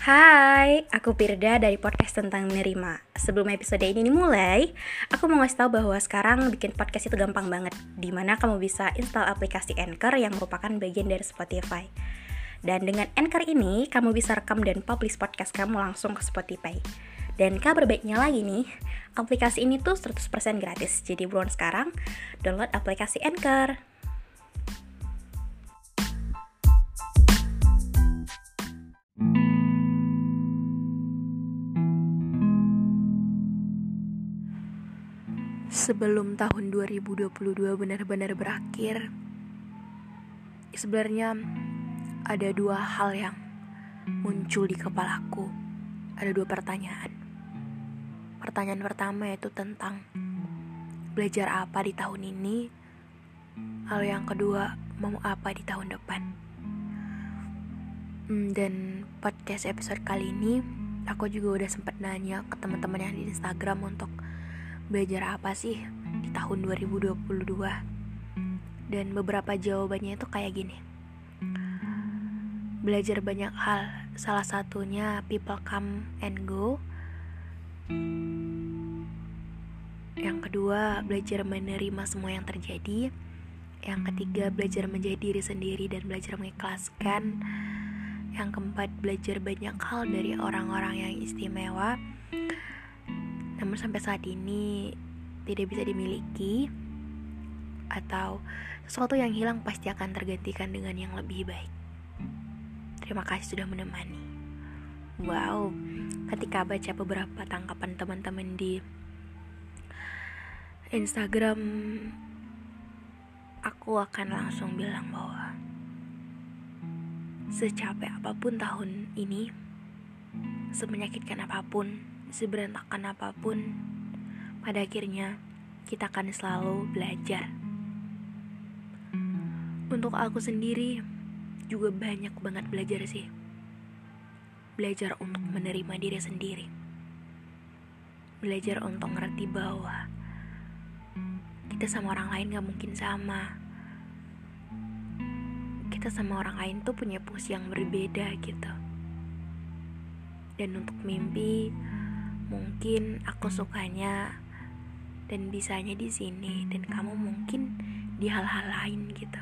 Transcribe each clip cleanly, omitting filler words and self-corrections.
Hai, aku Pirda dari podcast tentang menerima. Sebelum episode ini dimulai, aku mau ngasih tahu bahwa sekarang bikin podcast itu gampang banget, dimana kamu bisa install aplikasi Anchor yang merupakan bagian dari Spotify. Dan dengan Anchor ini, kamu bisa rekam dan publish podcast kamu langsung ke Spotify. Dan kabar baiknya lagi nih, aplikasi ini tuh 100% gratis. Jadi buruan sekarang, download aplikasi Anchor. Sebelum tahun 2022 benar-benar berakhir, sebenarnya ada dua hal yang muncul di kepalaku. Ada dua pertanyaan. Pertanyaan pertama yaitu tentang belajar apa di tahun ini. Lalu yang kedua, mau apa di tahun depan. Dan podcast episode kali ini, aku juga udah sempat nanya ke teman-teman yang di Instagram untuk belajar apa sih di tahun 2022. Dan beberapa jawabannya itu kayak gini. Belajar banyak hal, salah satunya people come and go. Yang kedua, belajar menerima semua yang terjadi. Yang ketiga, belajar menjadi diri sendiri dan belajar mengikhlaskan. Yang keempat, belajar banyak hal dari orang-orang yang istimewa, namun sampai saat ini tidak bisa dimiliki, atau sesuatu yang hilang pasti akan tergantikan dengan yang lebih baik. Terima kasih sudah menemani. Wow, ketika baca beberapa tangkapan teman-teman di Instagram, aku akan langsung bilang bahwa secapek apapun tahun ini, semenyakitkan apapun, seberantakan apapun, pada akhirnya kita akan selalu belajar. Untuk aku sendiri juga banyak banget belajar sih. Belajar untuk menerima diri sendiri. Belajar untuk ngerti bahwa kita sama orang lain gak mungkin sama. Kita sama orang lain tuh punya fungsi yang berbeda gitu. Dan untuk mimpi, mungkin aku sukanya dan bisanya di sini, dan kamu mungkin di hal-hal lain gitu.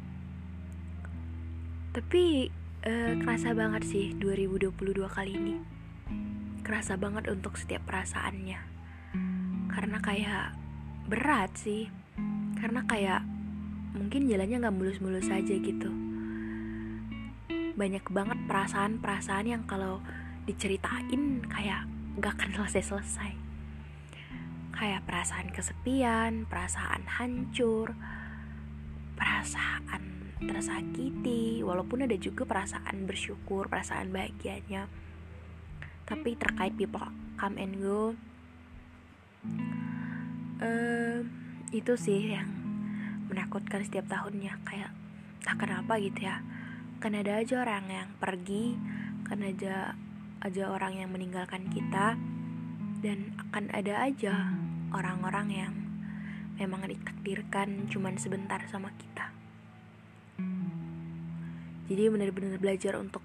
Tapi kerasa banget sih 2022 kali ini. Kerasa banget untuk setiap perasaannya. Karena kayak berat sih. Karena kayak mungkin jalannya gak mulus-mulus aja gitu. Banyak banget perasaan-perasaan yang kalau diceritain kayak gak akan selesai-selesai. Kayak perasaan kesepian, perasaan hancur, perasaan tersakiti, walaupun ada juga perasaan bersyukur, perasaan bahagianya. Tapi terkait people come and go, itu sih yang menakutkan setiap tahunnya. Kayak tak kenapa gitu ya, kan ada aja orang yang pergi, kan ada aja orang yang meninggalkan kita, dan akan ada aja orang-orang yang memang ditakdirkan cuman sebentar sama kita. Jadi benar-benar belajar untuk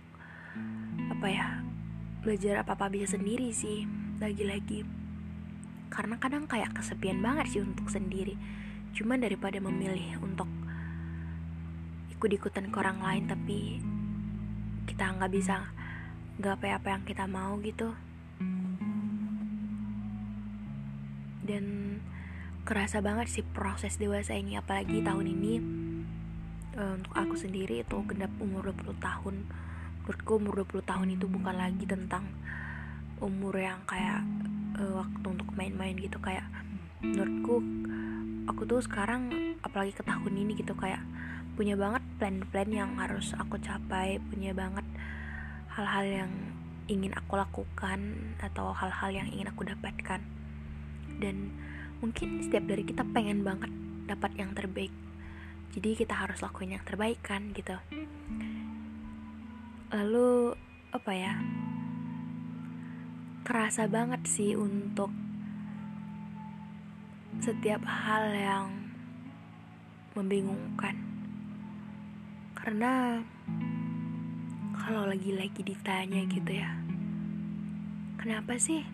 belajar apa-apa bisa sendiri sih. Lagi-lagi karena kadang kayak kesepian banget sih untuk sendiri. Cuman daripada memilih untuk ikut-ikutan ke orang lain tapi kita gak bisa gapai apa yang kita mau gitu. Dan kerasa banget sih proses dewasa ini, apalagi tahun ini. Untuk aku sendiri itu genap umur 20 tahun. Menurutku umur 20 tahun itu bukan lagi tentang umur yang kayak waktu untuk main-main gitu. Kayak menurutku aku tuh sekarang, apalagi ke tahun ini gitu, kayak punya banget plan-plan yang harus aku capai, punya banget hal-hal yang ingin aku lakukan atau hal-hal yang ingin aku dapatkan. Dan mungkin setiap dari kita pengen banget dapat yang terbaik, jadi kita harus lakuin yang terbaik kan gitu. Lalu kerasa banget sih untuk setiap hal yang membingungkan. Karena kalau lagi ditanya gitu ya, kenapa sih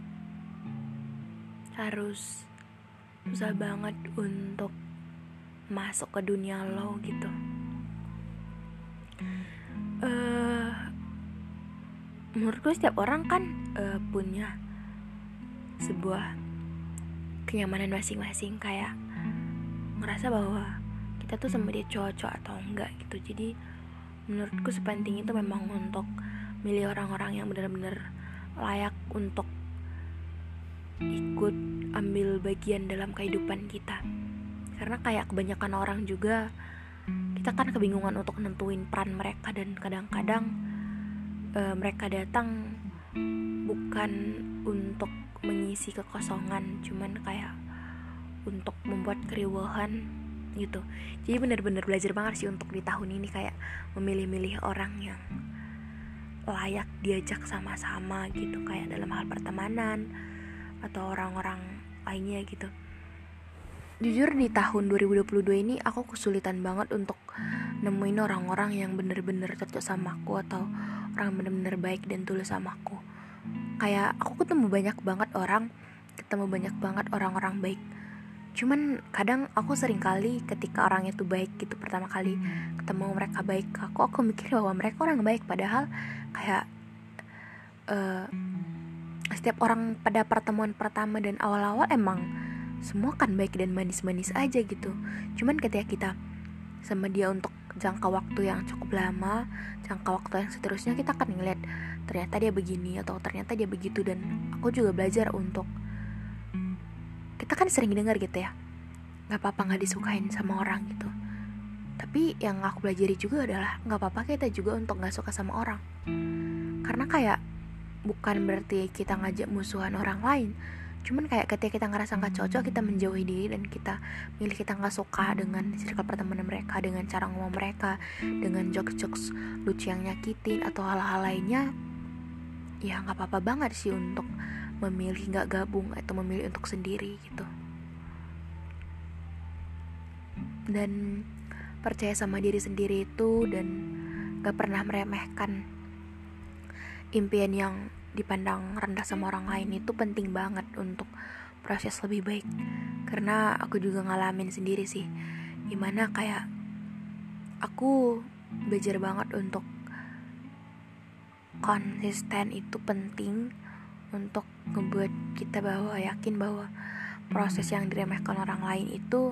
harus susah banget untuk masuk ke dunia lo gitu? Menurutku setiap orang kan punya sebuah kenyamanan masing-masing, kayak ngerasa bahwa kita tuh sama dia cocok atau enggak gitu. Jadi menurutku sepenting itu memang untuk milih orang-orang yang benar-benar layak untuk ikut ambil bagian dalam kehidupan kita. Karena kayak kebanyakan orang juga, kita kan kebingungan untuk nentuin peran mereka, dan kadang-kadang mereka datang bukan untuk mengisi kekosongan, cuman kayak untuk membuat keriuhan gitu. Jadi benar-benar belajar banget sih untuk di tahun ini, kayak memilih-milih orang yang layak diajak sama-sama gitu, kayak dalam hal pertemanan atau orang-orang lainnya gitu. Jujur di tahun 2022 ini aku kesulitan banget untuk nemuin orang-orang yang benar-benar cocok sama aku, atau orang yang benar-benar baik dan tulus sama aku. Kayak aku ketemu banyak banget orang-orang baik. Cuman kadang aku sering kali ketika orang itu baik gitu, pertama kali ketemu mereka baik ke aku mikir bahwa mereka orang baik, padahal kayak setiap orang pada pertemuan pertama dan awal-awal emang semua kan baik dan manis-manis aja gitu. Cuman ketika kita sama dia untuk jangka waktu yang cukup lama, jangka waktu yang seterusnya, kita akan ngeliat ternyata dia begini atau ternyata dia begitu. Dan aku juga belajar untuk, kita kan sering dengar gitu ya, gak apa-apa gak disukain sama orang gitu. Tapi yang aku pelajari juga adalah gak apa-apa kita juga untuk gak suka sama orang. Karena kayak bukan berarti kita ngajak musuhan orang lain, cuman kayak ketika kita ngerasa gak cocok, kita menjauhi diri dan kita milih kita gak suka dengan circle pertemanan mereka, dengan cara ngomong mereka, dengan jokes-jokes lucu yang nyakitin atau hal-hal lainnya. Ya gak apa-apa banget sih untuk memilih gak gabung atau memilih untuk sendiri gitu. Dan percaya sama diri sendiri itu, dan gak pernah meremehkan impian yang dipandang rendah sama orang lain itu penting banget untuk proses lebih baik. Karena aku juga ngalamin sendiri sih, dimana kayak aku belajar banget untuk konsisten itu penting untuk ngebuat kita yakin bahwa proses yang diremehkan orang lain itu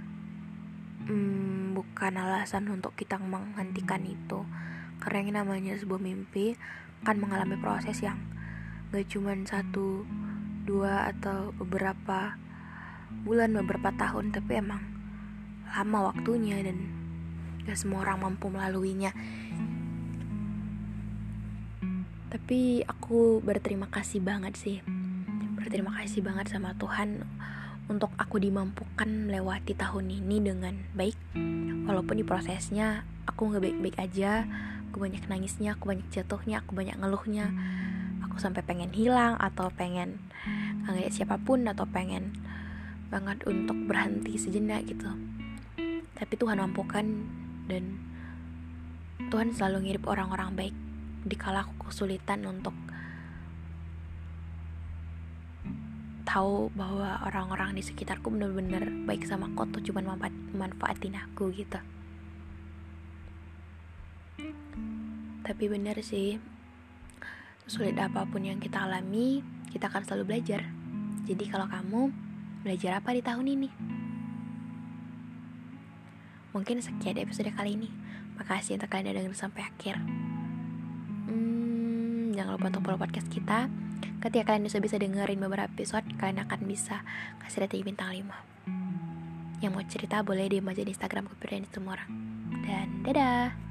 bukan alasan untuk kita menghentikan itu. Karena yang namanya sebuah mimpi akan mengalami proses yang gak cuma 1, 2 atau beberapa bulan, beberapa tahun, tapi emang lama waktunya dan gak semua orang mampu melaluinya. Tapi aku berterima kasih banget sama Tuhan untuk aku dimampukan melewati tahun ini dengan baik. Walaupun di prosesnya aku gak baik-baik aja, aku banyak nangisnya, aku banyak jatuhnya, aku banyak ngeluhnya, aku sampai pengen hilang atau pengen ngeliat siapapun, atau pengen banget untuk berhenti sejenak gitu. Tapi Tuhan mampukan, dan Tuhan selalu ngirim orang-orang baik dikala aku kesulitan untuk tahu bahwa orang-orang di sekitarku benar-benar baik sama aku atau cuma manfaatin aku gitu. Tapi benar sih, sulit apapun yang kita alami, kita akan selalu belajar. Jadi kalau kamu belajar apa di tahun ini? Mungkin sekian episode kali ini. Makasih untuk kalian udah denger sampai akhir. Jangan lupa untuk follow podcast kita. Ketika kalian bisa dengerin beberapa episode, kalian akan bisa kasih rating bintang 5. Yang mau cerita boleh DM aja di Instagram Kupir dan semua orang. Dan dadah.